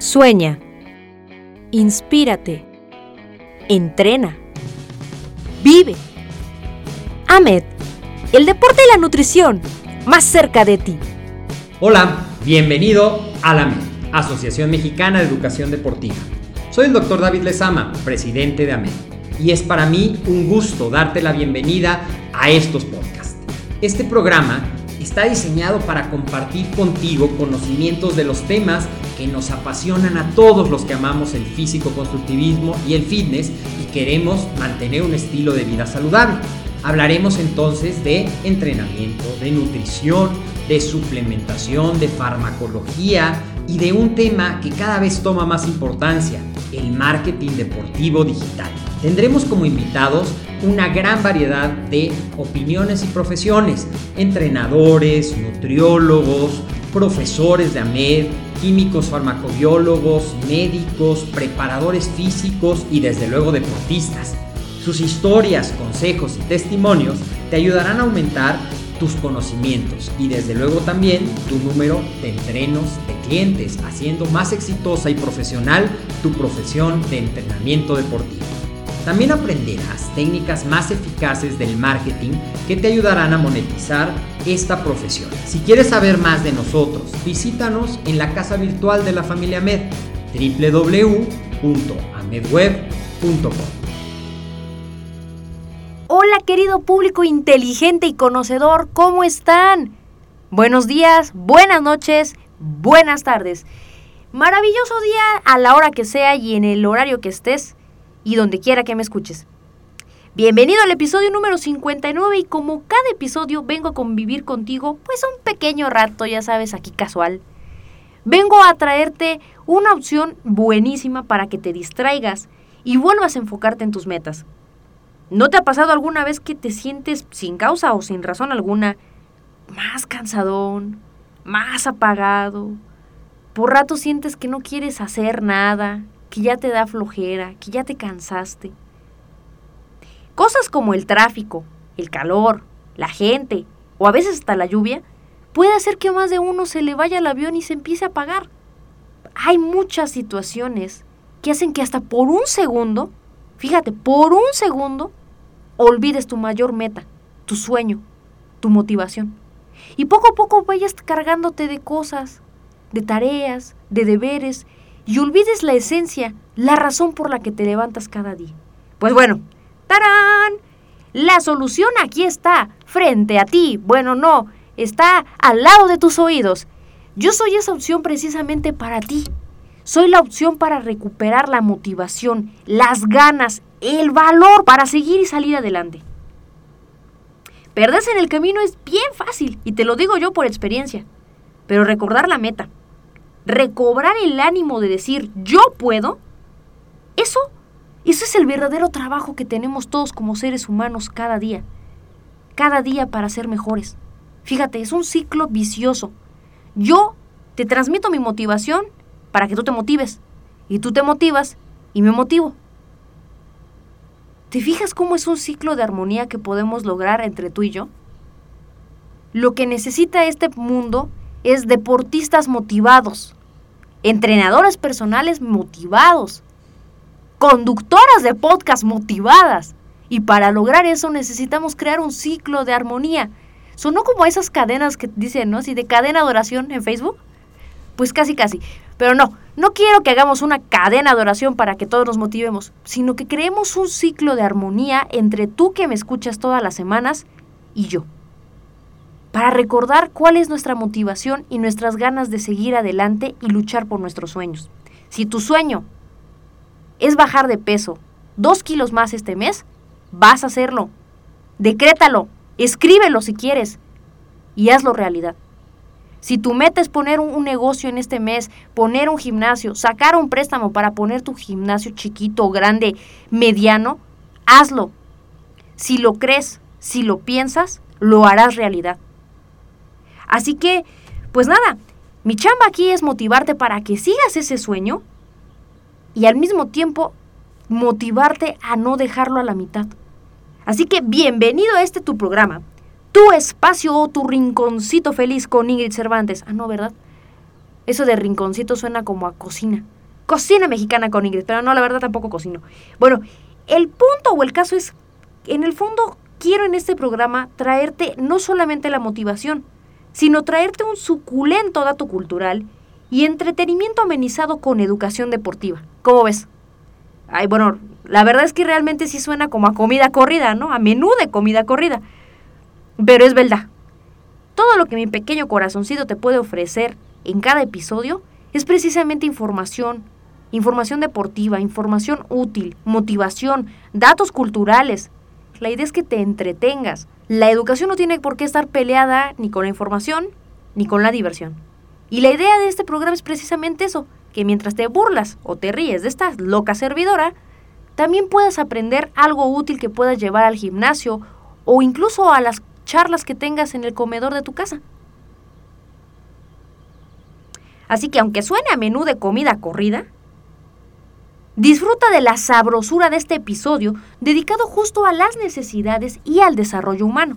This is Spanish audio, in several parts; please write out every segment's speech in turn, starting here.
Sueña, inspírate, entrena, vive. AMED, el deporte y la nutrición, más cerca de ti. Hola, bienvenido a la AMED, Asociación Mexicana de Educación Deportiva. Soy el Dr. David Lezama, presidente de AMED, y es para mí un gusto darte la bienvenida a estos podcasts. Este programa está diseñado para compartir contigo conocimientos de los temas que nos apasionan a todos los que amamos el físico-constructivismo y el fitness y queremos mantener un estilo de vida saludable. Hablaremos entonces de entrenamiento, de nutrición, de suplementación, de farmacología y de un tema que cada vez toma más importancia, el marketing deportivo digital. Tendremos como invitados una gran variedad de opiniones y profesiones, entrenadores, nutriólogos, profesores de AMED, químicos farmacobiólogos, médicos, preparadores físicos y desde luego deportistas. Sus historias, consejos y testimonios te ayudarán a aumentar tus conocimientos y desde luego también tu número de entrenos de clientes, haciendo más exitosa y profesional tu profesión de entrenamiento deportivo. También aprenderás técnicas más eficaces del marketing que te ayudarán a monetizar esta profesión. Si quieres saber más de nosotros, visítanos en la casa virtual de la familia AMED, www.amedweb.com. Hola querido público inteligente y conocedor, ¿cómo están? Buenos días, buenas noches, buenas tardes. Maravilloso día a la hora que sea y en el horario que estés y donde quiera que me escuches. Bienvenido al episodio número 59 y como cada episodio vengo a convivir contigo pues un pequeño rato, ya sabes, aquí casual. Vengo a traerte una opción buenísima para que te distraigas y vuelvas a enfocarte en tus metas. ¿No te ha pasado alguna vez que te sientes sin causa o sin razón alguna más cansadón, más apagado? Por rato sientes que no quieres hacer nada, que ya te da flojera, que ya te cansaste. Cosas como el tráfico, el calor, la gente o a veces hasta la lluvia puede hacer que más de uno se le vaya el avión y se empiece a apagar. Hay muchas situaciones que hacen que hasta por un segundo, fíjate, por un segundo, olvides tu mayor meta, tu sueño, tu motivación. Y poco a poco vayas cargándote de cosas, de tareas, de deberes, y olvides la esencia, la razón por la que te levantas cada día. Pues bueno, ¡tarán! La solución aquí está, frente a ti. Bueno, no, está al lado de tus oídos. Yo soy esa opción precisamente para ti. Soy la opción para recuperar la motivación, las ganas, el valor para seguir y salir adelante. Perderse en el camino es bien fácil, y te lo digo yo por experiencia. Pero recordar la meta, recobrar el ánimo de decir yo puedo, eso es el verdadero trabajo que tenemos todos como seres humanos cada día para ser mejores. Fíjate, es un ciclo vicioso. Yo te transmito mi motivación para que tú te motives, y tú te motivas y me motivo. ¿Te fijas cómo es un ciclo de armonía que podemos lograr entre tú y yo? Lo que necesita este mundo es deportistas motivados, entrenadores personales motivados, conductoras de podcast motivadas. Y para lograr eso necesitamos crear un ciclo de armonía. Sonó como esas cadenas que dicen, ¿no? Así de cadena de oración en Facebook. Pues casi. Pero no quiero que hagamos una cadena de oración para que todos nos motivemos, sino que creemos un ciclo de armonía entre tú que me escuchas todas las semanas y yo. Para recordar cuál es nuestra motivación y nuestras ganas de seguir adelante y luchar por nuestros sueños. Si tu sueño es bajar de peso 2 kilos más este mes, vas a hacerlo. Decrétalo, escríbelo si quieres y hazlo realidad. Si tu meta es poner un negocio en este mes, poner un gimnasio, sacar un préstamo para poner tu gimnasio chiquito, grande, mediano, hazlo. Si lo crees, si lo piensas, lo harás realidad. Así que, pues nada, mi chamba aquí es motivarte para que sigas ese sueño y al mismo tiempo motivarte a no dejarlo a la mitad. Así que bienvenido a tu programa, tu espacio o tu rinconcito feliz con Ingrid Cervantes. Ah, no, ¿verdad? Eso de rinconcito suena como a cocina. Cocina mexicana con Ingrid, pero no, la verdad tampoco cocino. Bueno, el punto o el caso es, en el fondo, quiero en este programa traerte no solamente la motivación, sino traerte un suculento dato cultural y entretenimiento amenizado con educación deportiva. ¿Cómo ves? Ay, bueno, la verdad es que realmente sí suena como a comida corrida, ¿no? A menú de comida corrida. Pero es verdad. Todo lo que mi pequeño corazoncito te puede ofrecer en cada episodio es precisamente información deportiva, información útil, motivación, datos culturales. La idea es que te entretengas. La educación no tiene por qué estar peleada ni con la información ni con la diversión. Y la idea de este programa es precisamente eso, que mientras te burlas o te ríes de esta loca servidora, también puedas aprender algo útil que puedas llevar al gimnasio o incluso a las charlas que tengas en el comedor de tu casa. Así que aunque suene a menú de comida corrida, disfruta de la sabrosura de este episodio dedicado justo a las necesidades y al desarrollo humano.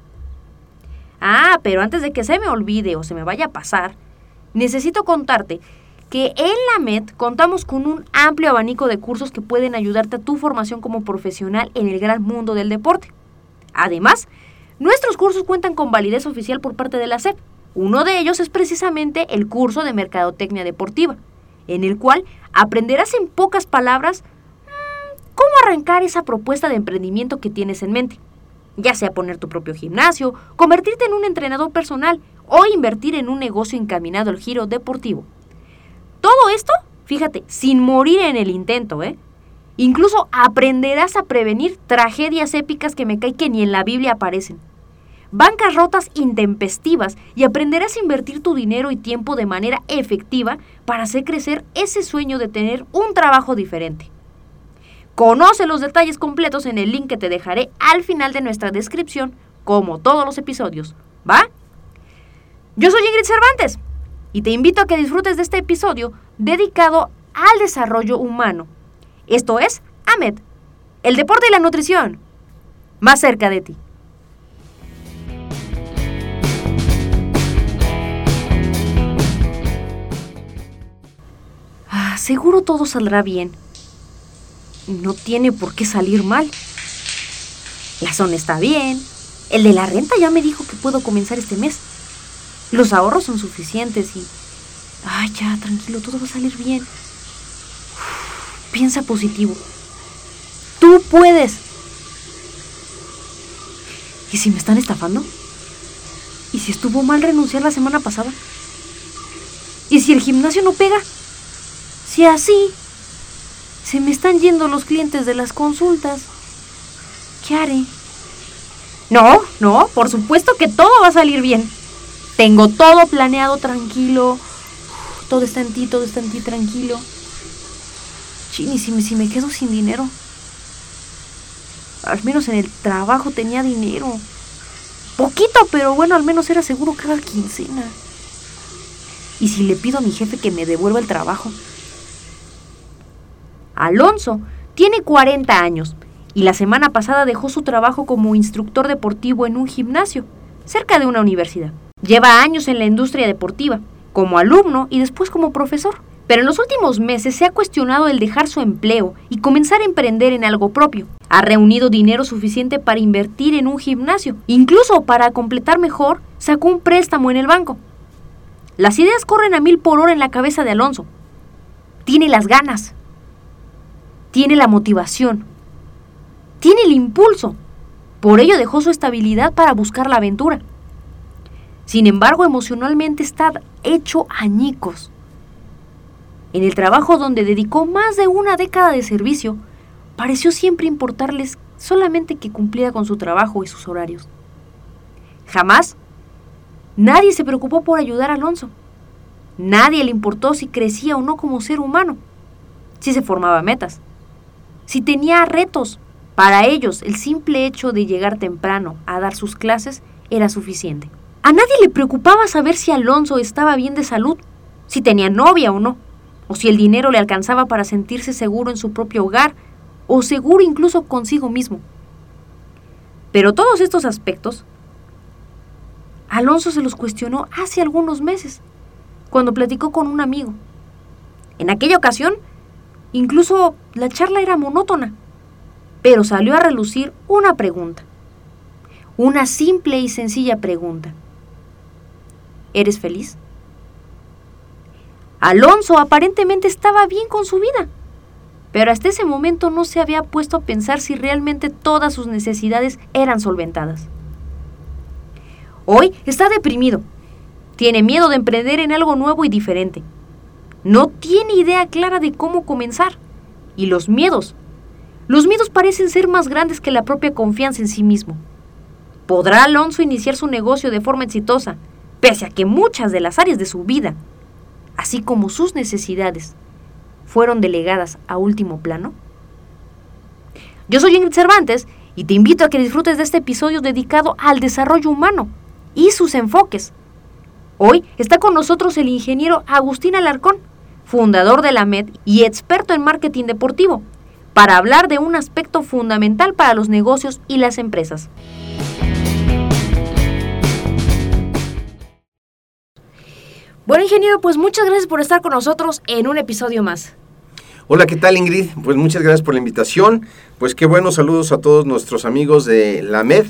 Pero antes de que se me olvide o se me vaya a pasar, necesito contarte que en la MED contamos con un amplio abanico de cursos que pueden ayudarte a tu formación como profesional en el gran mundo del deporte. Además, nuestros cursos cuentan con validez oficial por parte de la SEP. Uno de ellos es precisamente el curso de Mercadotecnia Deportiva, en el cual aprenderás en pocas palabras cómo arrancar esa propuesta de emprendimiento que tienes en mente, ya sea poner tu propio gimnasio, convertirte en un entrenador personal o invertir en un negocio encaminado al giro deportivo. Todo esto, fíjate, sin morir en el intento, Incluso aprenderás a prevenir tragedias épicas que me cae que ni en la Biblia aparecen. Bancarrotas intempestivas y aprenderás a invertir tu dinero y tiempo de manera efectiva para hacer crecer ese sueño de tener un trabajo diferente. Conoce los detalles completos en el link que te dejaré al final de nuestra descripción, como todos los episodios, ¿va? Yo soy Ingrid Cervantes y te invito a que disfrutes de este episodio dedicado al desarrollo humano. Esto es AMED, el deporte y la nutrición, más cerca de ti. Seguro todo saldrá bien. No tiene por qué salir mal. La zona está bien. El de la renta ya me dijo que puedo comenzar este mes. Los ahorros son suficientes y... ya, tranquilo, todo va a salir bien. Piensa positivo. Tú puedes. ¿Y si me están estafando? ¿Y si estuvo mal renunciar la semana pasada? ¿Y si el gimnasio no pega? Si así se me están yendo los clientes de las consultas, ¿qué haré? No, por supuesto que todo va a salir bien. Tengo todo planeado tranquilo. Todo está en ti, tranquilo. Chin, ¿y si me quedo sin dinero? Al menos en el trabajo tenía dinero. Poquito, pero bueno, al menos era seguro cada quincena. ¿Y si le pido a mi jefe que me devuelva el trabajo? Alonso tiene 40 años y la semana pasada dejó su trabajo como instructor deportivo en un gimnasio, cerca de una universidad. Lleva años en la industria deportiva, como alumno y después como profesor. Pero en los últimos meses se ha cuestionado el dejar su empleo y comenzar a emprender en algo propio. Ha reunido dinero suficiente para invertir en un gimnasio. Incluso para completar mejor, sacó un préstamo en el banco. Las ideas corren a 1000 por hora en la cabeza de Alonso. Tiene las ganas. Tiene la motivación. Tiene el impulso. Por ello dejó su estabilidad para buscar la aventura. Sin embargo, emocionalmente está hecho añicos. En el trabajo donde dedicó más de una década de servicio, pareció siempre importarles solamente que cumpliera con su trabajo y sus horarios. Jamás nadie se preocupó por ayudar a Alonso. Nadie le importó si crecía o no como ser humano, si se formaba metas, si tenía retos. Para ellos, el simple hecho de llegar temprano a dar sus clases era suficiente. A nadie le preocupaba saber si Alonso estaba bien de salud, si tenía novia o no, o si el dinero le alcanzaba para sentirse seguro en su propio hogar, o seguro incluso consigo mismo. Pero todos estos aspectos, Alonso se los cuestionó hace algunos meses, cuando platicó con un amigo. En aquella ocasión, incluso la charla era monótona, pero salió a relucir una pregunta. Una simple y sencilla pregunta. ¿Eres feliz? Alonso aparentemente estaba bien con su vida, pero hasta ese momento no se había puesto a pensar si realmente todas sus necesidades eran solventadas. Hoy está deprimido. Tiene miedo de emprender en algo nuevo y diferente. No tiene idea clara de cómo comenzar. Y los miedos parecen ser más grandes que la propia confianza en sí mismo. ¿Podrá Alonso iniciar su negocio de forma exitosa, pese a que muchas de las áreas de su vida, así como sus necesidades, fueron delegadas a último plano? Yo soy Ingrid Cervantes y te invito a que disfrutes de este episodio dedicado al desarrollo humano y sus enfoques. Hoy está con nosotros el ingeniero Agustín Alarcón, fundador de la AMED y experto en marketing deportivo, para hablar de un aspecto fundamental para los negocios y las empresas. Bueno, ingeniero, pues muchas gracias por estar con nosotros en un episodio más. Hola, ¿qué tal, Ingrid? Pues muchas gracias por la invitación. Pues qué buenos saludos a todos nuestros amigos de la AMED.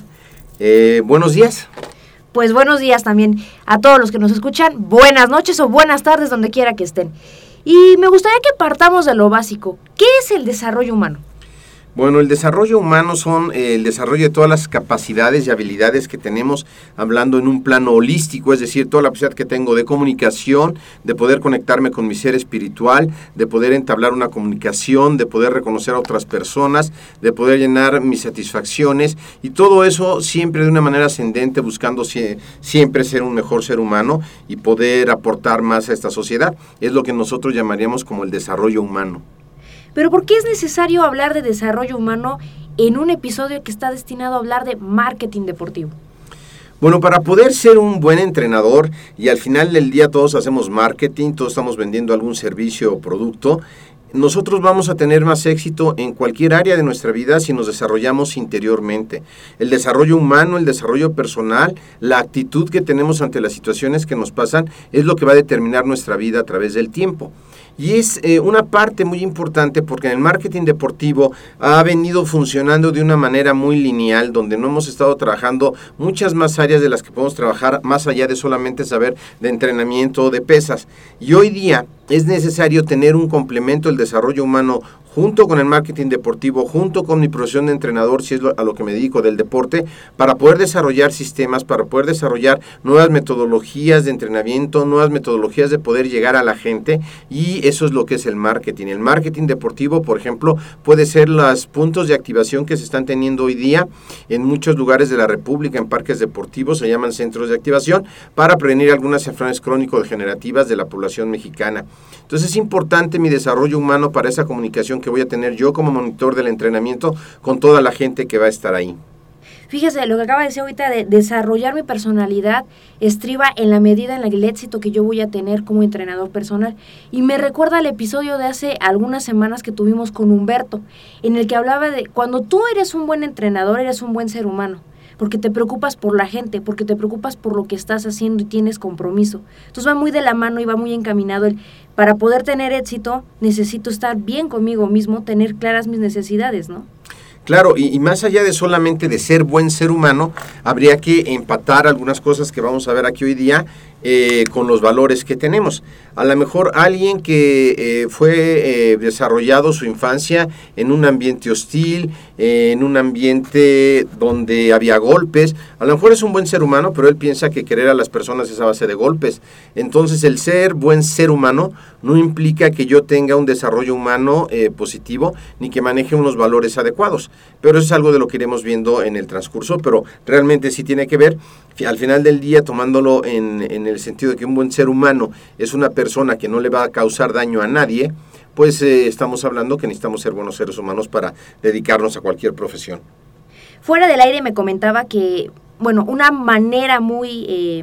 Buenos días. Pues buenos días también a todos los que nos escuchan. Buenas noches o buenas tardes, donde quiera que estén. Y me gustaría que partamos de lo básico. ¿Qué es el desarrollo humano? Bueno, el desarrollo humano son el desarrollo de todas las capacidades y habilidades que tenemos hablando en un plano holístico, es decir, toda la capacidad que tengo de comunicación, de poder conectarme con mi ser espiritual, de poder entablar una comunicación, de poder reconocer a otras personas, de poder llenar mis satisfacciones y todo eso siempre de una manera ascendente, buscando siempre ser un mejor ser humano y poder aportar más a esta sociedad. Es lo que nosotros llamaríamos como el desarrollo humano. Pero ¿por qué es necesario hablar de desarrollo humano en un episodio que está destinado a hablar de marketing deportivo? Bueno, para poder ser un buen entrenador, y al final del día todos hacemos marketing, todos estamos vendiendo algún servicio o producto, nosotros vamos a tener más éxito en cualquier área de nuestra vida si nos desarrollamos interiormente. El desarrollo humano, el desarrollo personal, la actitud que tenemos ante las situaciones que nos pasan es lo que va a determinar nuestra vida a través del tiempo. Y es una parte muy importante porque en el marketing deportivo ha venido funcionando de una manera muy lineal, donde no hemos estado trabajando muchas más áreas de las que podemos trabajar, más allá de solamente saber de entrenamiento o de pesas. Y hoy día es necesario tener un complemento del desarrollo humano junto con el marketing deportivo, junto con mi profesión de entrenador, si es a lo que me dedico del deporte, para poder desarrollar sistemas, para poder desarrollar nuevas metodologías de entrenamiento, nuevas metodologías de poder llegar a la gente, y eso es lo que es el marketing. El marketing deportivo, por ejemplo, puede ser los puntos de activación que se están teniendo hoy día en muchos lugares de la República, en parques deportivos, se llaman centros de activación, para prevenir algunas enfermedades crónico-degenerativas de la población mexicana. Entonces es importante mi desarrollo humano para esa comunicación que voy a tener yo como monitor del entrenamiento con toda la gente que va a estar ahí. Fíjese, lo que acaba de decir ahorita de desarrollar mi personalidad estriba en la medida en la que el éxito que yo voy a tener como entrenador personal. Y me recuerda al episodio de hace algunas semanas que tuvimos con Humberto, en el que hablaba de cuando tú eres un buen entrenador, eres un buen ser humano. Porque te preocupas por la gente, porque te preocupas por lo que estás haciendo y tienes compromiso. Entonces va muy de la mano y va muy encaminado para poder tener éxito, necesito estar bien conmigo mismo, tener claras mis necesidades, ¿no? Claro, y más allá de solamente de ser buen ser humano, habría que empatar algunas cosas que vamos a ver aquí hoy día con los valores que tenemos. A lo mejor alguien que fue desarrollado su infancia en un ambiente hostil, en un ambiente donde había golpes, a lo mejor es un buen ser humano, pero él piensa que querer a las personas es a base de golpes. Entonces el ser buen ser humano no implica que yo tenga un desarrollo humano positivo, ni que maneje unos valores adecuados. Pero eso es algo de lo que iremos viendo en el transcurso, pero realmente sí tiene que ver, al final del día, tomándolo en el sentido de que un buen ser humano es una persona que no le va a causar daño a nadie, pues estamos hablando que necesitamos ser buenos seres humanos para dedicarnos a cualquier profesión. Fuera del aire me comentaba que, bueno, una manera muy,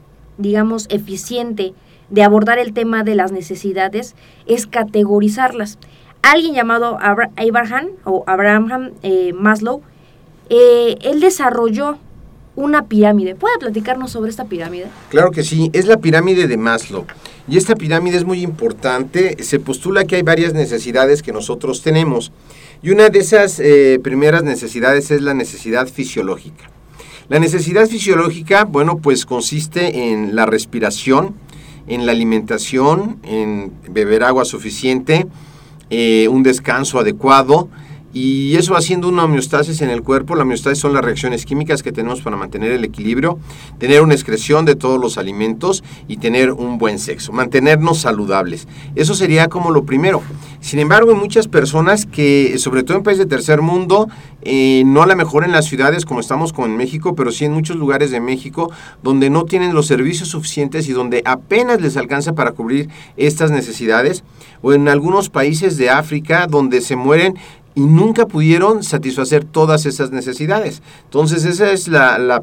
eficiente de abordar el tema de las necesidades es categorizarlas. Alguien llamado Abraham Maslow, él desarrolló una pirámide. ¿Puede platicarnos sobre esta pirámide? Claro que sí, es la pirámide de Maslow. Y esta pirámide es muy importante. Se postula que hay varias necesidades que nosotros tenemos. Y una de esas primeras necesidades es la necesidad fisiológica. La necesidad fisiológica, bueno, pues consiste en la respiración, en la alimentación, en beber agua suficiente, un descanso adecuado, y eso haciendo una homeostasis en el cuerpo. La homeostasis son las reacciones químicas que tenemos para mantener el equilibrio, tener una excreción de todos los alimentos y tener un buen sexo, mantenernos saludables. Eso sería como lo primero. Sin embargo, hay muchas personas que, sobre todo en países de tercer mundo, no a lo mejor en las ciudades como estamos como en México, pero sí en muchos lugares de México, donde no tienen los servicios suficientes y donde apenas les alcanza para cubrir estas necesidades, o en algunos países de África donde se mueren y nunca pudieron satisfacer todas esas necesidades. Entonces esa es el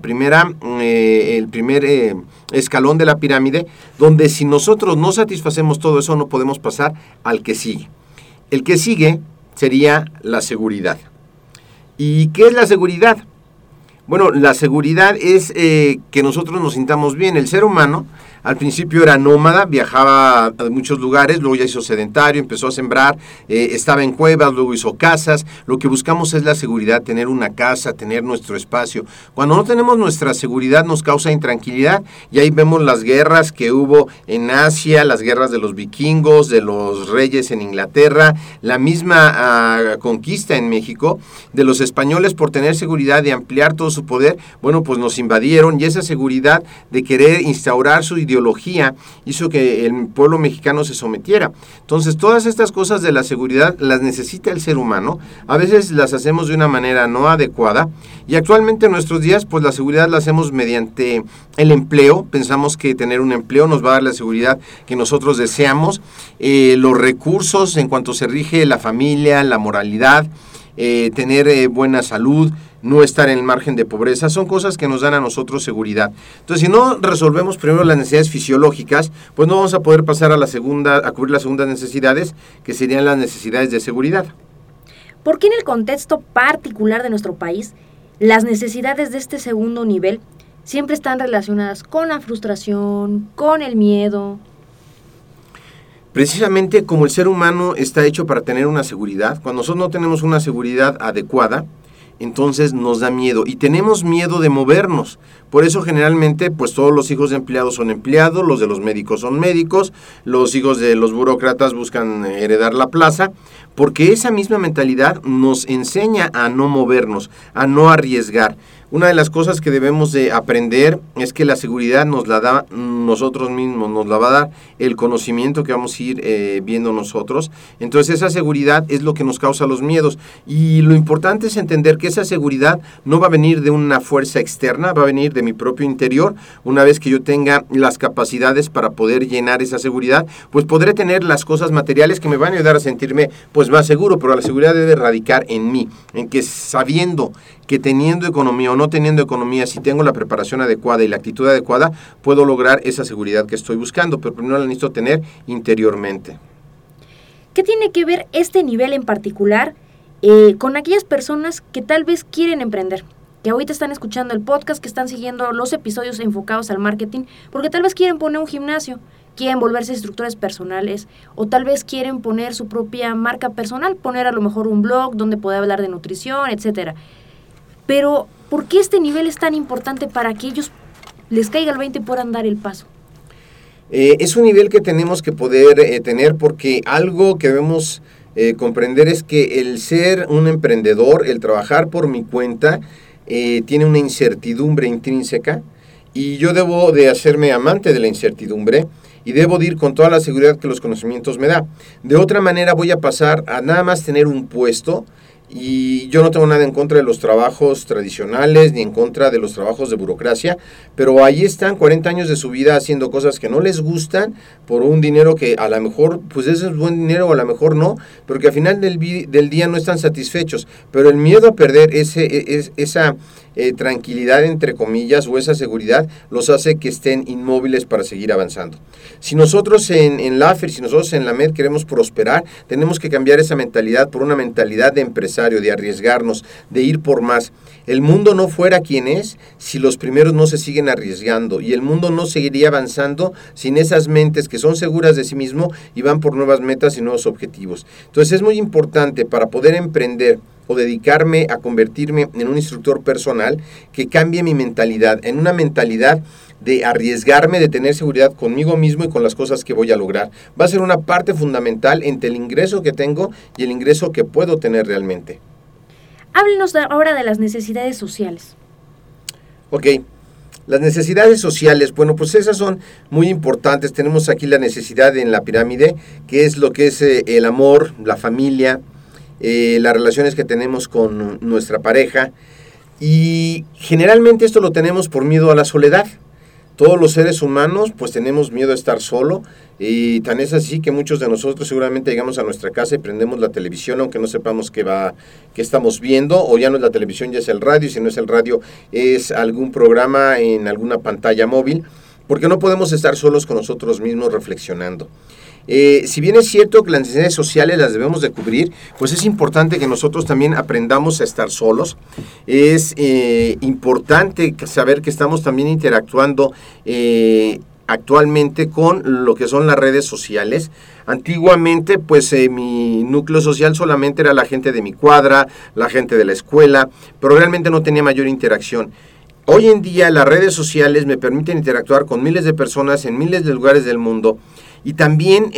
primer escalón de la pirámide, donde si nosotros no satisfacemos todo eso, no podemos pasar al que sigue. El que sigue sería la seguridad. ¿Y qué es la seguridad? Bueno, la seguridad es que nosotros nos sintamos bien. El ser humano al principio era nómada, viajaba a muchos lugares, luego ya hizo sedentario, empezó a sembrar, estaba en cuevas, luego hizo casas. Lo que buscamos es la seguridad, tener una casa, tener nuestro espacio. Cuando no tenemos nuestra seguridad nos causa intranquilidad, y ahí vemos las guerras que hubo en Asia, las guerras de los vikingos, de los reyes en Inglaterra, la misma conquista en México de los españoles por tener seguridad, de ampliar todo su poder. Bueno, pues nos invadieron, y esa seguridad de querer instaurar su ideología hizo que el pueblo mexicano se sometiera. Entonces, todas estas cosas de la seguridad las necesita el ser humano. A veces las hacemos de una manera no adecuada, y actualmente en nuestros días, pues la seguridad la hacemos mediante el empleo. Pensamos que tener un empleo nos va a dar la seguridad que nosotros deseamos. Los recursos en cuanto se rige la familia, la moralidad, tener buena salud, no estar en el margen de pobreza, son cosas que nos dan a nosotros seguridad. Entonces, si no resolvemos primero las necesidades fisiológicas, pues no vamos a poder pasar a cubrir las segundas necesidades, que serían las necesidades de seguridad. ¿Por qué en el contexto particular de nuestro país, las necesidades de este segundo nivel siempre están relacionadas con la frustración, con el miedo? Precisamente como el ser humano está hecho para tener una seguridad, cuando nosotros no tenemos una seguridad adecuada, entonces nos da miedo, y tenemos miedo de movernos. Por eso generalmente pues todos los hijos de empleados son empleados, los de los médicos son médicos, los hijos de los burócratas buscan heredar la plaza, porque esa misma mentalidad nos enseña a no movernos, a no arriesgar. Una de las cosas que debemos de aprender es que la seguridad nos la da nosotros mismos, nos la va a dar el conocimiento que vamos a ir viendo nosotros. Entonces esa seguridad es lo que nos causa los miedos, y lo importante es entender que esa seguridad no va a venir de una fuerza externa, va a venir de mi propio interior. Una vez que yo tenga las capacidades para poder llenar esa seguridad, pues podré tener las cosas materiales que me van a ayudar a sentirme pues más seguro, pero la seguridad debe radicar en mí, en que sabiendo que teniendo economía o no teniendo economía, si tengo la preparación adecuada y la actitud adecuada, puedo lograr esa seguridad que estoy buscando, pero primero la necesito tener interiormente. ¿Qué tiene que ver este nivel en particular con aquellas personas que tal vez quieren emprender? Que ahorita están escuchando el podcast, que están siguiendo los episodios enfocados al marketing, porque tal vez quieren poner un gimnasio, quieren volverse instructores personales, o tal vez quieren poner su propia marca personal, poner a lo mejor un blog donde pueda hablar de nutrición, etcétera. Pero, ¿por qué este nivel es tan importante para que ellos les caiga el 20 y puedan dar el paso? Es un nivel que tenemos que poder tener, porque algo que debemos comprender es que el ser un emprendedor, el trabajar por mi cuenta, tiene una incertidumbre intrínseca, y yo debo de hacerme amante de la incertidumbre, y debo de ir con toda la seguridad que los conocimientos me da. De otra manera voy a pasar a nada más tener un puesto. Y yo no tengo nada en contra de los trabajos tradicionales, ni en contra de los trabajos de burocracia, pero ahí están 40 años de su vida haciendo cosas que no les gustan por un dinero que a lo mejor, pues ese es buen dinero o a lo mejor no, pero que al final del día no están satisfechos. Pero el miedo a perder esa tranquilidad, entre comillas, o esa seguridad, los hace que estén inmóviles para seguir avanzando. Si nosotros en la AFER, si nosotros en la MED queremos prosperar, tenemos que cambiar esa mentalidad por una mentalidad de empresario, necesario, de arriesgarnos, de ir por más. El mundo no fuera quien es si los primeros no se siguen arriesgando, y el mundo no seguiría avanzando sin esas mentes que son seguras de sí mismo y van por nuevas metas y nuevos objetivos. Entonces es muy importante para poder emprender o dedicarme a convertirme en un instructor personal que cambie mi mentalidad en una mentalidad de arriesgarme, de tener seguridad conmigo mismo y con las cosas que voy a lograr. Va a ser una parte fundamental entre el ingreso que tengo y el ingreso que puedo tener realmente. Háblenos ahora de las necesidades sociales. Ok, las necesidades sociales, bueno, pues esas son muy importantes. Tenemos aquí la necesidad en la pirámide, que es lo que es el amor, la familia, las relaciones que tenemos con nuestra pareja, y generalmente esto lo tenemos por miedo a la soledad. Todos los seres humanos pues tenemos miedo a estar solo, y tan es así que muchos de nosotros seguramente llegamos a nuestra casa y prendemos la televisión aunque no sepamos qué estamos viendo, o ya no es la televisión, ya es el radio, y si no es el radio es algún programa en alguna pantalla móvil, porque no podemos estar solos con nosotros mismos reflexionando. Si bien es cierto que las necesidades sociales las debemos de cubrir, pues es importante que nosotros también aprendamos a estar solos. Es importante saber que estamos también interactuando actualmente con lo que son las redes sociales. Antiguamente, pues mi núcleo social solamente era la gente de mi cuadra, la gente de la escuela, pero realmente no tenía mayor interacción. Hoy en día las redes sociales me permiten interactuar con miles de personas en miles de lugares del mundo, y también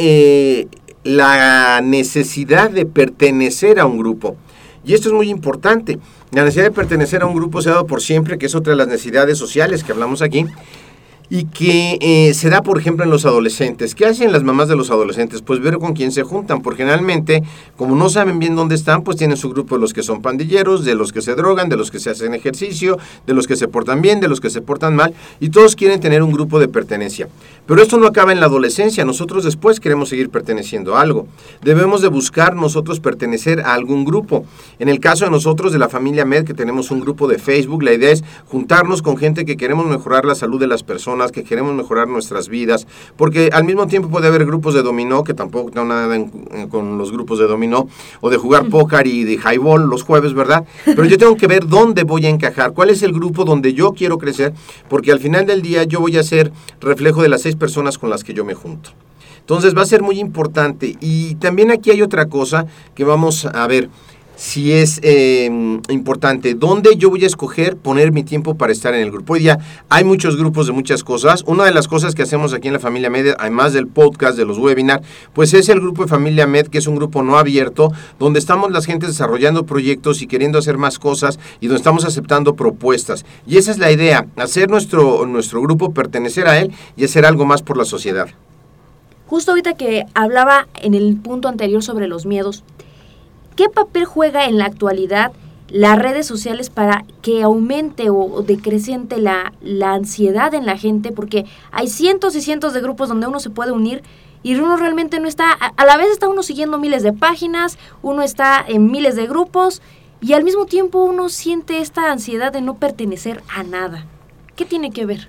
la necesidad de pertenecer a un grupo. Y esto es muy importante. La necesidad de pertenecer a un grupo se ha dado por siempre, que es otra de las necesidades sociales que hablamos aquí, y que se da, por ejemplo, en los adolescentes. ¿Qué hacen las mamás de los adolescentes? Pues ver con quién se juntan, porque generalmente, como no saben bien dónde están, pues tienen su grupo de los que son pandilleros, de los que se drogan, de los que se hacen ejercicio, de los que se portan bien, de los que se portan mal, y todos quieren tener un grupo de pertenencia. Pero esto no acaba en la adolescencia. Nosotros después queremos seguir perteneciendo a algo. Debemos de buscar nosotros pertenecer a algún grupo. En el caso de nosotros, de la familia Med, que tenemos un grupo de Facebook, la idea es juntarnos con gente que queremos mejorar la salud de las personas, que queremos mejorar nuestras vidas, porque al mismo tiempo puede haber grupos de dominó, que tampoco tengo nada con los grupos de dominó, o de jugar póker y de highball los jueves, ¿verdad? Pero yo tengo que ver dónde voy a encajar, cuál es el grupo donde yo quiero crecer, porque al final del día yo voy a ser reflejo de las 6 personas con las que yo me junto. Entonces va a ser muy importante. Y también aquí hay otra cosa que vamos a ver si es importante. ¿Dónde yo voy a escoger poner mi tiempo para estar en el grupo? Hoy día hay muchos grupos de muchas cosas. Una de las cosas que hacemos aquí en la Familia Med, además del podcast, de los webinars, pues es el grupo de Familia Med, que es un grupo no abierto, donde estamos las gentes desarrollando proyectos y queriendo hacer más cosas, y donde estamos aceptando propuestas. Y esa es la idea, hacer nuestro grupo, pertenecer a él y hacer algo más por la sociedad. Justo ahorita que hablaba en el punto anterior sobre los miedos, ¿qué papel juega en la actualidad las redes sociales para que aumente o decreciente la ansiedad en la gente? Porque hay cientos y cientos de grupos donde uno se puede unir y uno realmente no está, a la vez está uno siguiendo miles de páginas, uno está en miles de grupos, y al mismo tiempo uno siente esta ansiedad de no pertenecer a nada. ¿Qué tiene que ver?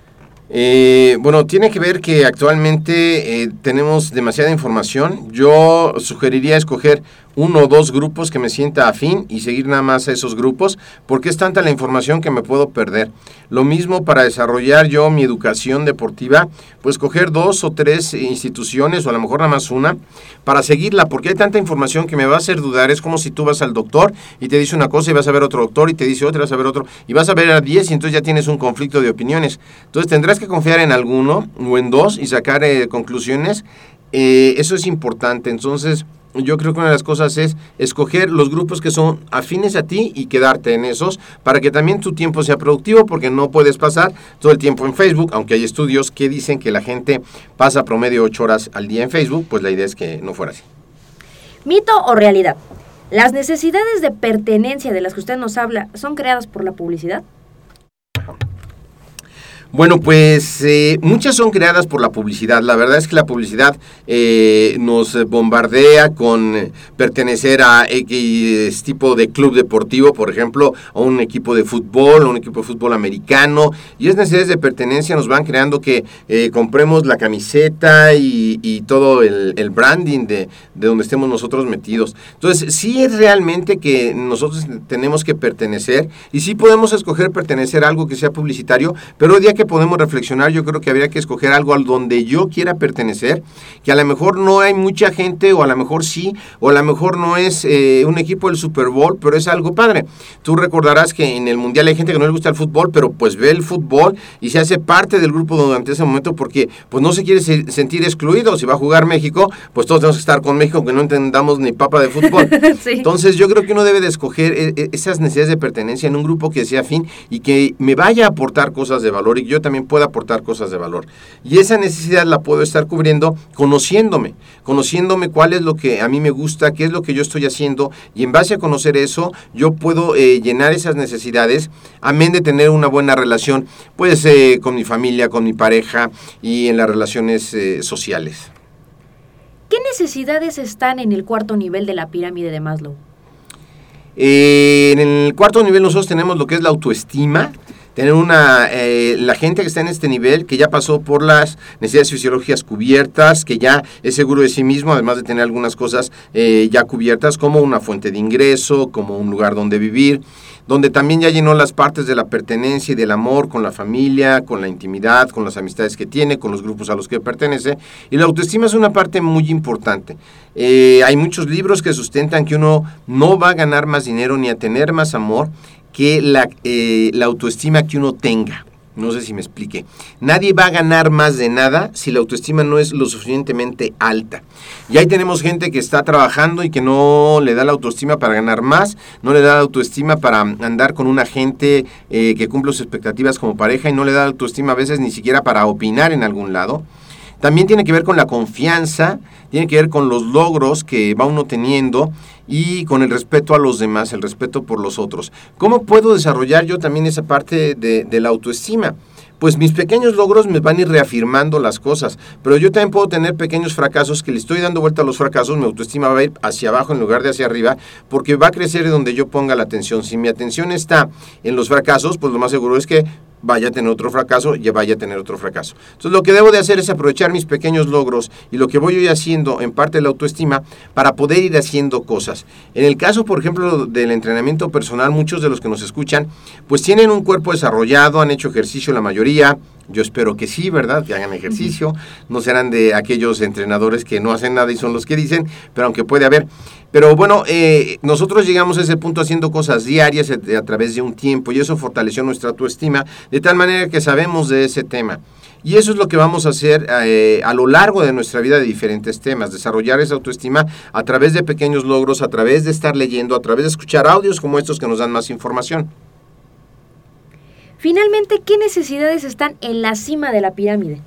Bueno, tiene que ver que actualmente tenemos demasiada información. Yo sugeriría escoger 1 o 2 grupos que me sienta afín y seguir nada más a esos grupos, porque es tanta la información que me puedo perder. Lo mismo para desarrollar yo mi educación deportiva, pues coger 2 o 3 instituciones, o a lo mejor nada más una, para seguirla, porque hay tanta información que me va a hacer dudar. Es como si tú vas al doctor y te dice una cosa y vas a ver otro doctor y te dice otra, vas a ver otro, y vas a ver a 10 y entonces ya tienes un conflicto de opiniones. Entonces tendrás que confiar en alguno o en 2 y sacar conclusiones. Eso es importante. Entonces yo creo que una de las cosas es escoger los grupos que son afines a ti y quedarte en esos, para que también tu tiempo sea productivo, porque no puedes pasar todo el tiempo en Facebook, aunque hay estudios que dicen que la gente pasa promedio 8 horas al día en Facebook. Pues la idea es que no fuera así. ¿Mito o realidad? ¿Las necesidades de pertenencia de las que usted nos habla son creadas por la publicidad? Bueno, pues muchas son creadas por la publicidad. La verdad es que la publicidad nos bombardea con pertenecer a X tipo de club deportivo, por ejemplo, a un equipo de fútbol, a un equipo de fútbol americano, y esas necesidades de pertenencia nos van creando que compremos la camiseta y todo el branding de donde estemos nosotros metidos. Entonces, sí es realmente que nosotros tenemos que pertenecer, y sí podemos escoger pertenecer a algo que sea publicitario, pero el día que podemos reflexionar, yo creo que habría que escoger algo al donde yo quiera pertenecer, que a lo mejor no hay mucha gente, o a lo mejor sí, o a lo mejor no es un equipo del Super Bowl, pero es algo padre. Tú recordarás que en el Mundial hay gente que no le gusta el fútbol, pero pues ve el fútbol y se hace parte del grupo durante ese momento porque pues no se quiere sentir excluido. Si va a jugar México, pues todos tenemos que estar con México, que no entendamos ni papa de fútbol. Sí. Entonces yo creo que uno debe de escoger esas necesidades de pertenencia en un grupo que sea afín y que me vaya a aportar cosas de valor, y yo también pueda aportar cosas de valor. Y esa necesidad la puedo estar cubriendo conociéndome cuál es lo que a mí me gusta, qué es lo que yo estoy haciendo, y en base a conocer eso, yo puedo llenar esas necesidades, amén de tener una buena relación, pues con mi familia, con mi pareja y en las relaciones sociales. ¿Qué necesidades están en el cuarto nivel de la pirámide de Maslow? En el cuarto nivel nosotros tenemos lo que es la autoestima. Tener la gente que está en este nivel, que ya pasó por las necesidades fisiológicas cubiertas, que ya es seguro de sí mismo, además de tener algunas cosas ya cubiertas, como una fuente de ingreso, como un lugar donde vivir, donde también ya llenó las partes de la pertenencia y del amor con la familia, con la intimidad, con las amistades que tiene, con los grupos a los que pertenece. Y la autoestima es una parte muy importante. Hay muchos libros que sustentan que uno no va a ganar más dinero ni a tener más amor que la autoestima que uno tenga. No sé si me expliqué. Nadie va a ganar más de nada si la autoestima no es lo suficientemente alta. Y ahí tenemos gente que está trabajando y que no le da la autoestima para ganar más, no le da la autoestima para andar con una gente que cumple sus expectativas como pareja, y no le da la autoestima a veces ni siquiera para opinar en algún lado. También tiene que ver con la confianza, tiene que ver con los logros que va uno teniendo y con el respeto a los demás, el respeto por los otros. ¿Cómo puedo desarrollar yo también esa parte de la autoestima? Pues mis pequeños logros me van a ir reafirmando las cosas, pero yo también puedo tener pequeños fracasos que le estoy dando vuelta a los fracasos. Mi autoestima va a ir hacia abajo en lugar de hacia arriba, porque va a crecer donde yo ponga la atención. Si mi atención está en los fracasos, pues lo más seguro es que vaya a tener otro fracaso, ya vaya a tener otro fracaso. Entonces lo que debo de hacer es aprovechar mis pequeños logros y lo que voy hoy haciendo en parte de la autoestima para poder ir haciendo cosas. En el caso, por ejemplo, del entrenamiento personal, muchos de los que nos escuchan, pues tienen un cuerpo desarrollado, han hecho ejercicio la mayoría. Yo espero que sí, ¿verdad? Que hagan ejercicio, no serán de aquellos entrenadores que no hacen nada y son los que dicen, pero aunque puede haber. Pero bueno, nosotros llegamos a ese punto haciendo cosas diarias a través de un tiempo, y eso fortaleció nuestra autoestima de tal manera que sabemos de ese tema. Y eso es lo que vamos a hacer a lo largo de nuestra vida de diferentes temas, desarrollar esa autoestima a través de pequeños logros, a través de estar leyendo, a través de escuchar audios como estos que nos dan más información. Finalmente, ¿qué necesidades están en la cima de la pirámide?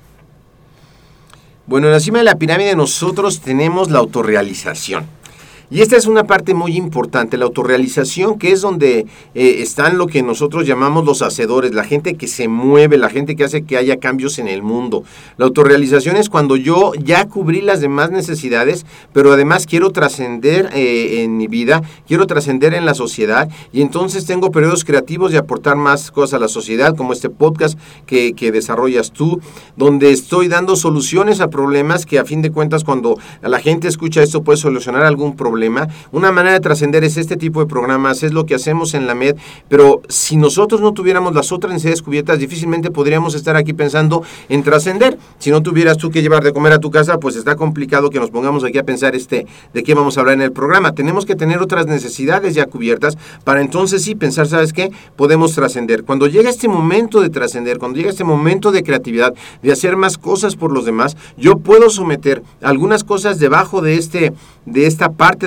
Bueno, en la cima de la pirámide nosotros tenemos la autorrealización. Y esta es una parte muy importante, la autorrealización, que es donde están lo que nosotros llamamos los hacedores, la gente que se mueve, la gente que hace que haya cambios en el mundo. La autorrealización es cuando yo ya cubrí las demás necesidades, pero además quiero trascender en mi vida, quiero trascender en la sociedad, y entonces tengo periodos creativos de aportar más cosas a la sociedad, como este podcast que desarrollas tú, donde estoy dando soluciones a problemas que a fin de cuentas cuando la gente escucha esto puede solucionar algún problema. Una manera de trascender es este tipo de programas, es lo que hacemos en la MED, pero si nosotros no tuviéramos las otras necesidades cubiertas, difícilmente podríamos estar aquí pensando en trascender. Si no tuvieras tú que llevar de comer a tu casa, pues está complicado que nos pongamos aquí a pensar de qué vamos a hablar en el programa. Tenemos que tener otras necesidades ya cubiertas para entonces sí pensar, ¿sabes qué? Podemos trascender. Cuando llega este momento de trascender, cuando llega este momento de creatividad, de hacer más cosas por los demás, yo puedo someter algunas cosas debajo de esta parte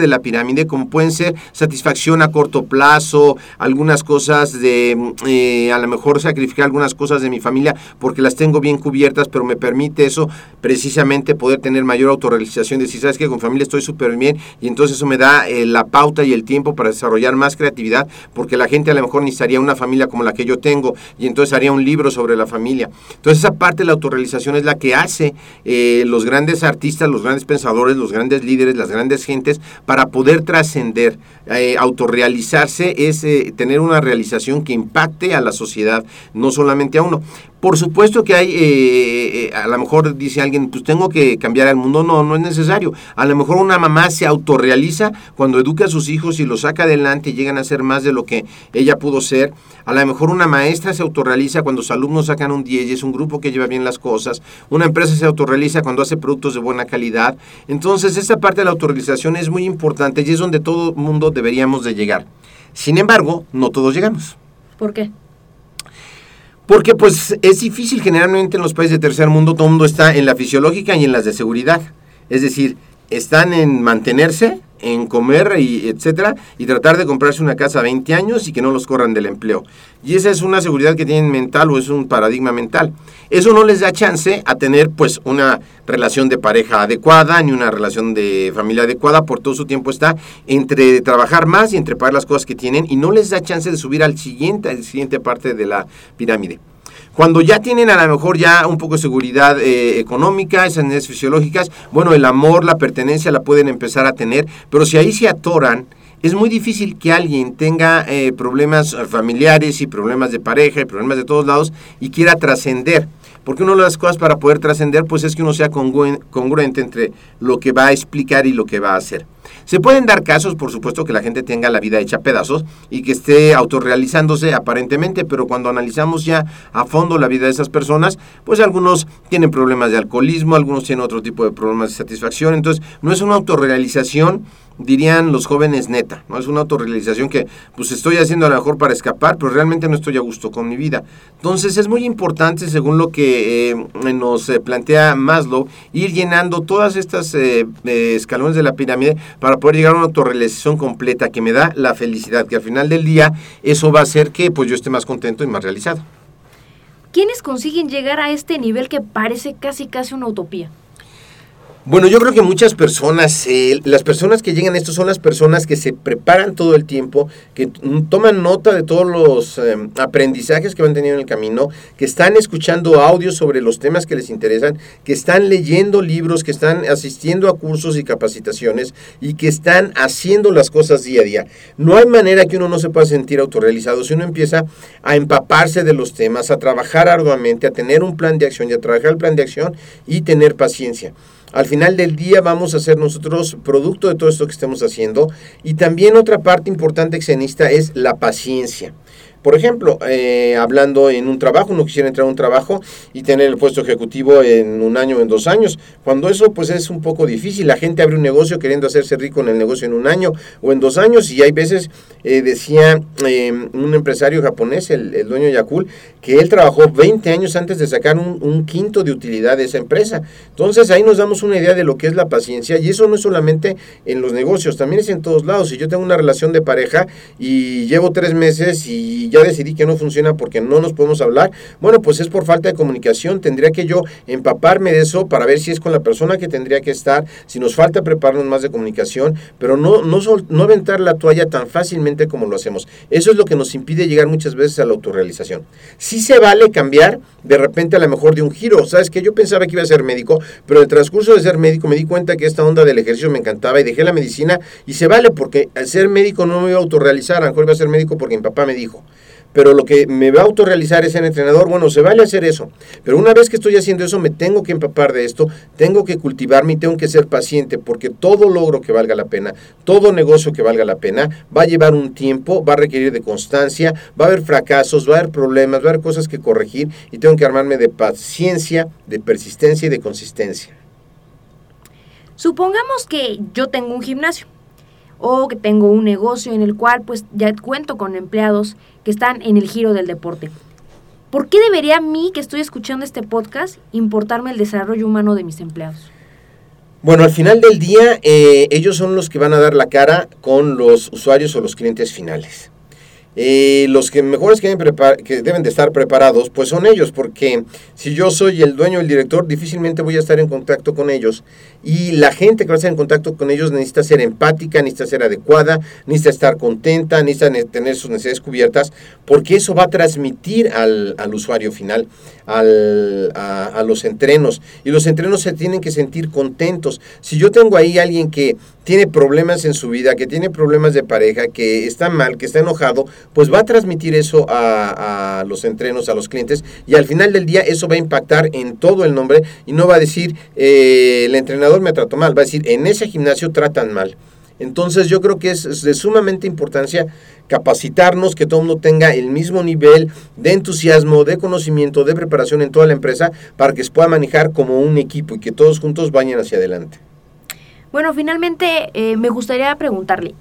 de la pirámide, como pueden ser satisfacción a corto plazo, algunas cosas de, a lo mejor sacrificar algunas cosas de mi familia porque las tengo bien cubiertas, pero me permite eso precisamente poder tener mayor autorrealización, decir, sabes que con familia estoy súper bien, y entonces eso me da la pauta y el tiempo para desarrollar más creatividad, porque la gente a lo mejor necesitaría una familia como la que yo tengo, y entonces haría un libro sobre la familia. Entonces esa parte de la autorrealización es la que hace los grandes artistas, los grandes pensadores, los grandes líderes, las grandes gentes, para poder trascender. Autorrealizarse es tener una realización que impacte a la sociedad, no solamente a uno. Por supuesto que hay, a lo mejor dice alguien, pues tengo que cambiar al mundo. No es necesario. A lo mejor una mamá se autorrealiza cuando educa a sus hijos y los saca adelante y llegan a ser más de lo que ella pudo ser. A lo mejor una maestra se autorrealiza cuando sus alumnos sacan un 10 y es un grupo que lleva bien las cosas. Una empresa se autorrealiza cuando hace productos de buena calidad. Entonces, esta parte de la autorrealización es muy importante y es donde todo mundo deberíamos de llegar. Sin embargo, no todos llegamos. ¿Por qué? Porque pues es difícil, generalmente en los países de tercer mundo todo el mundo está en la fisiológica y en las de seguridad. Es decir, están en mantenerse, en comer y etcétera, y tratar de comprarse una casa a 20 años y que no los corran del empleo. Y esa es una seguridad que tienen mental, o es un paradigma mental. Eso no les da chance a tener pues una relación de pareja adecuada, ni una relación de familia adecuada, por todo su tiempo está entre trabajar más y entre pagar las cosas que tienen, y no les da chance de subir al siguiente parte de la pirámide. Cuando ya tienen a lo mejor ya un poco de seguridad económica, esas necesidades fisiológicas, bueno, el amor, la pertenencia la pueden empezar a tener, pero si ahí se atoran, es muy difícil que alguien tenga problemas familiares y problemas de pareja y problemas de todos lados y quiera trascender. Porque una de las cosas para poder trascender pues es que uno sea congruente entre lo que va a explicar y lo que va a hacer. Se pueden dar casos, por supuesto, que la gente tenga la vida hecha a pedazos y que esté autorrealizándose aparentemente, pero cuando analizamos ya a fondo la vida de esas personas, pues algunos tienen problemas de alcoholismo, algunos tienen otro tipo de problemas de satisfacción. Entonces, no es una autorrealización, dirían los jóvenes, neta, no es una autorrealización que pues estoy haciendo a lo mejor para escapar, pero realmente no estoy a gusto con mi vida. Entonces es muy importante, según lo que nos plantea Maslow, ir llenando todas estas escalones de la pirámide para poder llegar a una autorrealización completa que me da la felicidad, que al final del día eso va a hacer que pues yo esté más contento y más realizado. ¿Quiénes consiguen llegar a este nivel que parece casi una utopía? Bueno, yo creo que muchas personas, las personas que llegan a esto son las personas que se preparan todo el tiempo, que toman nota de todos los aprendizajes que van teniendo en el camino, que están escuchando audios sobre los temas que les interesan, que están leyendo libros, que están asistiendo a cursos y capacitaciones y que están haciendo las cosas día a día. No hay manera que uno no se pueda sentir autorrealizado si uno empieza a empaparse de los temas, a trabajar arduamente, a tener un plan de acción y a trabajar el plan de acción y tener paciencia. Al final del día vamos a ser nosotros producto de todo esto que estemos haciendo. Y también otra parte importante que se necesita es la paciencia. Por ejemplo, hablando en un trabajo, uno quisiera entrar a un trabajo y tener el puesto ejecutivo en 1 año o en 2 años, cuando eso pues es un poco difícil. La gente abre un negocio queriendo hacerse rico en el negocio en 1 año o en 2 años, y hay veces, decía un empresario japonés, el dueño de Yakult, que él trabajó 20 años antes de sacar un quinto de utilidad de esa empresa. Entonces ahí nos damos una idea de lo que es la paciencia, y eso no es solamente en los negocios, también es en todos lados. Si yo tengo una relación de pareja y llevo 3 meses y ya decidí que no funciona porque no nos podemos hablar, bueno, pues es por falta de comunicación. Tendría que yo empaparme de eso para ver si es con la persona que tendría que estar, si nos falta prepararnos más de comunicación, pero no aventar la toalla tan fácilmente como lo hacemos. Eso es lo que nos impide llegar muchas veces a la autorrealización. Sí se vale cambiar de repente a lo mejor de un giro. ¿Sabes qué? Yo pensaba que iba a ser médico, pero en el transcurso de ser médico me di cuenta que esta onda del ejercicio me encantaba y dejé la medicina, y se vale, porque al ser médico no me iba a autorrealizar, a lo mejor iba a ser médico porque mi papá me dijo. Pero lo que me va a autorrealizar es ser entrenador. Bueno, se vale hacer eso, pero una vez que estoy haciendo eso me tengo que empapar de esto, tengo que cultivarme y tengo que ser paciente, porque todo logro que valga la pena, todo negocio que valga la pena, va a llevar un tiempo, va a requerir de constancia, va a haber fracasos, va a haber problemas, va a haber cosas que corregir, y tengo que armarme de paciencia, de persistencia y de consistencia. Supongamos que yo tengo un gimnasio o que tengo un negocio en el cual pues ya cuento con empleados que están en el giro del deporte. ¿Por qué debería a mí, que estoy escuchando este podcast, importarme el desarrollo humano de mis empleados? Bueno, al final del día, ellos son los que van a dar la cara con los usuarios o los clientes finales. Los que mejores que deben de estar preparados, pues son ellos, porque si yo soy el dueño, el director, difícilmente voy a estar en contacto con ellos, y la gente que va a estar en contacto con ellos necesita ser empática, necesita ser adecuada, necesita estar contenta, necesita tener sus necesidades cubiertas, porque eso va a transmitir al usuario final, a los entrenos, y los entrenos se tienen que sentir contentos. Si yo tengo ahí a alguien que tiene problemas en su vida, que tiene problemas de pareja, que está mal, que está enojado, pues va a transmitir eso a los entrenos, a los clientes, y al final del día eso va a impactar en todo el nombre, y no va a decir, el entrenador me trató mal, va a decir, en ese gimnasio tratan mal. Entonces yo creo que es de sumamente importancia capacitarnos, que todo el mundo tenga el mismo nivel de entusiasmo, de conocimiento, de preparación en toda la empresa, para que se pueda manejar como un equipo y que todos juntos vayan hacia adelante. Bueno, finalmente me gustaría preguntarle,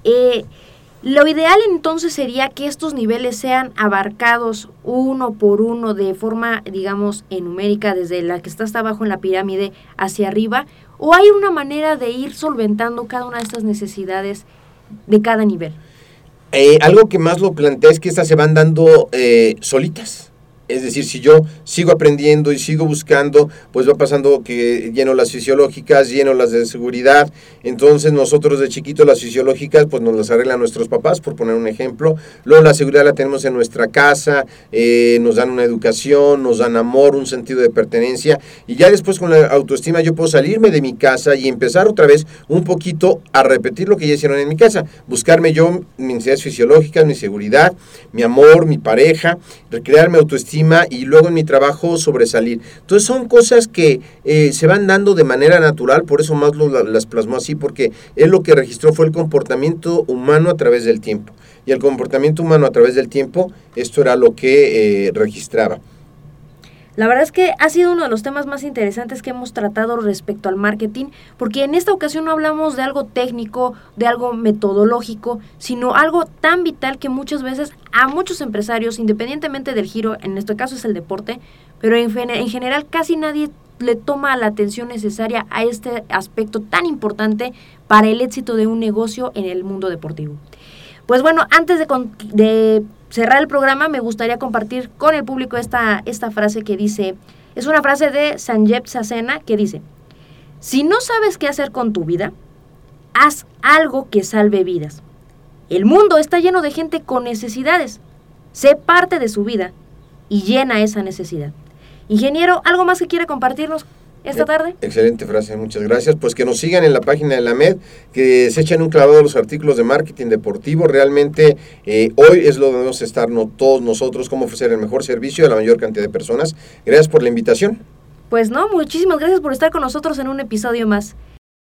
lo ideal entonces sería que estos niveles sean abarcados uno por uno de forma, digamos, numérica, desde la que está hasta abajo en la pirámide hacia arriba, ¿o hay una manera de ir solventando cada una de estas necesidades de cada nivel? Algo que más lo plantea es que estas se van dando solitas. Es decir, si yo sigo aprendiendo y sigo buscando, pues va pasando que lleno las fisiológicas, lleno las de seguridad. Entonces nosotros de chiquitos las fisiológicas pues nos las arreglan nuestros papás, por poner un ejemplo. Luego la seguridad la tenemos en nuestra casa, nos dan una educación, nos dan amor, un sentido de pertenencia. Y ya después con la autoestima yo puedo salirme de mi casa y empezar otra vez un poquito a repetir lo que ya hicieron en mi casa. Buscarme yo mis necesidades fisiológicas, mi seguridad, mi amor, mi pareja, recrear mi autoestima y luego en mi trabajo sobresalir. Entonces son cosas que se van dando de manera natural, por eso Maslow las plasmó así, porque él lo que registró fue el comportamiento humano a través del tiempo. Y el comportamiento humano a través del tiempo, esto era lo que registraba. La verdad es que ha sido uno de los temas más interesantes que hemos tratado respecto al marketing, porque en esta ocasión no hablamos de algo técnico, de algo metodológico, sino algo tan vital que muchas veces a muchos empresarios, independientemente del giro, en este caso es el deporte, pero en general casi nadie le toma la atención necesaria a este aspecto tan importante para el éxito de un negocio en el mundo deportivo. Pues bueno, antes de cerrar el programa, me gustaría compartir con el público esta frase que dice, es una frase de Sanjeev Sasena que dice, si no sabes qué hacer con tu vida, haz algo que salve vidas. El mundo está lleno de gente con necesidades. Sé parte de su vida y llena esa necesidad. Ingeniero, ¿algo más que quiere compartirnos esta tarde? Excelente frase, muchas gracias. Pues que nos sigan en la página de la AMED, que se echen un clavado a los artículos de marketing deportivo. Realmente hoy es lo que debemos estar todos nosotros, cómo ofrecer el mejor servicio a la mayor cantidad de personas. Gracias por la invitación. Pues no, muchísimas gracias por estar con nosotros en un episodio más.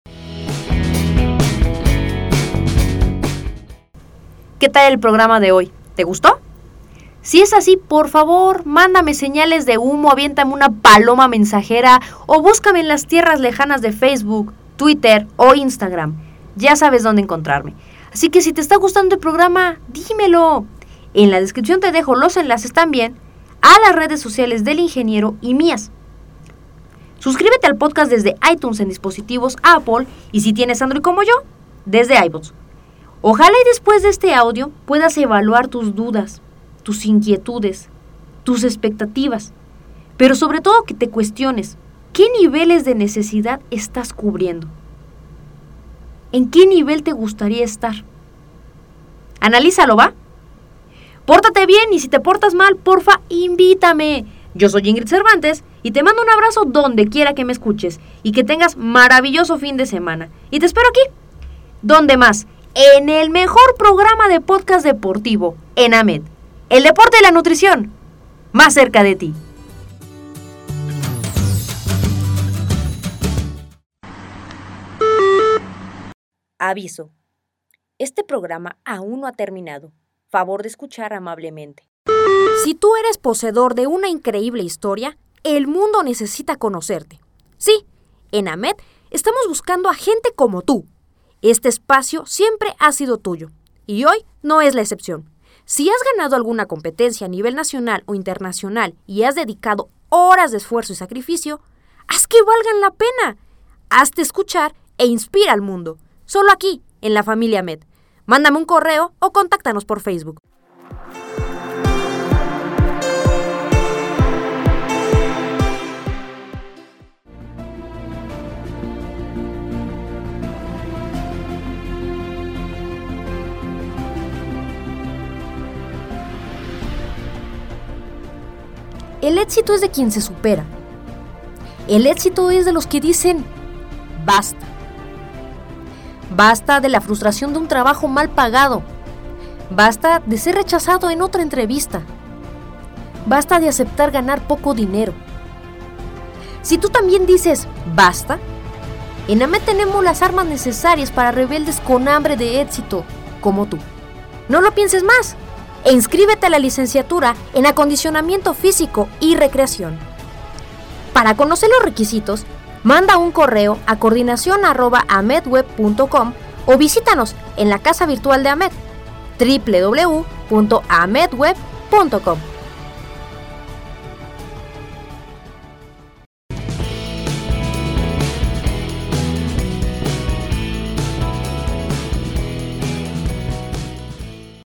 ¿Qué tal el programa de hoy? ¿Te gustó? Si es así, por favor, mándame señales de humo, aviéntame una paloma mensajera o búscame en las tierras lejanas de Facebook, Twitter o Instagram. Ya sabes dónde encontrarme. Así que si te está gustando el programa, dímelo. En la descripción te dejo los enlaces también a las redes sociales del ingeniero y mías. Suscríbete al podcast desde iTunes en dispositivos Apple y si tienes Android como yo, desde iVoox. Ojalá y después de este audio puedas evaluar tus dudas, tus inquietudes, tus expectativas, pero sobre todo que te cuestiones, ¿qué niveles de necesidad estás cubriendo? ¿En qué nivel te gustaría estar? Analízalo, ¿va? Pórtate bien y si te portas mal, porfa, invítame. Yo soy Ingrid Cervantes y te mando un abrazo donde quiera que me escuches y que tengas maravilloso fin de semana. Y te espero aquí. ¿Dónde más? En el mejor programa de podcast deportivo, en AMED. El deporte y la nutrición, más cerca de ti. Aviso. Este programa aún no ha terminado. Favor de escuchar amablemente. Si tú eres poseedor de una increíble historia, el mundo necesita conocerte. Sí, en AMED estamos buscando a gente como tú. Este espacio siempre ha sido tuyo, y hoy no es la excepción. Si has ganado alguna competencia a nivel nacional o internacional y has dedicado horas de esfuerzo y sacrificio, haz que valgan la pena. Hazte escuchar e inspira al mundo. Solo aquí, en la familia AMED. Mándame un correo o contáctanos por Facebook. El éxito es de quien se supera. El éxito es de los que dicen, basta. Basta de la frustración de un trabajo mal pagado. Basta de ser rechazado en otra entrevista. Basta de aceptar ganar poco dinero. Si tú también dices, basta, en AMED tenemos las armas necesarias para rebeldes con hambre de éxito, como tú. No lo pienses más e inscríbete a la licenciatura en acondicionamiento físico y recreación. Para conocer los requisitos, manda un correo a coordinación@amedweb.com o visítanos en la casa virtual de AMED, www.amedweb.com.